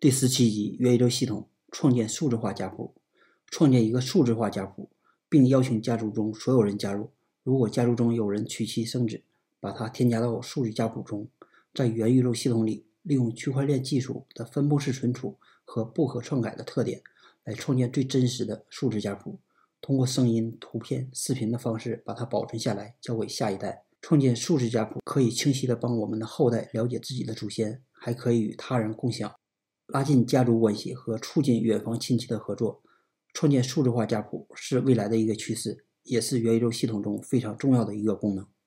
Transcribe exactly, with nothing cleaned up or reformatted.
第十七集元宇宙系统创建数字化家谱，创建一个数字化家谱，并邀请家族中所有人加入。如果家族中有人娶妻生子，把它添加到数字家谱中，在元宇宙系统里利用区块链技术的分布式存储和不可篡改的特点，来创建最真实的数字家谱，通过声音、图片、视频的方式把它保存下来，交给下一代。创建数字家谱可以清晰地帮我们的后代了解自己的祖先，还可以与他人共享，拉近家族关系和促进远房亲戚的合作。创建数字化家谱是未来的一个趋势，也是元宇宙系统中非常重要的一个功能。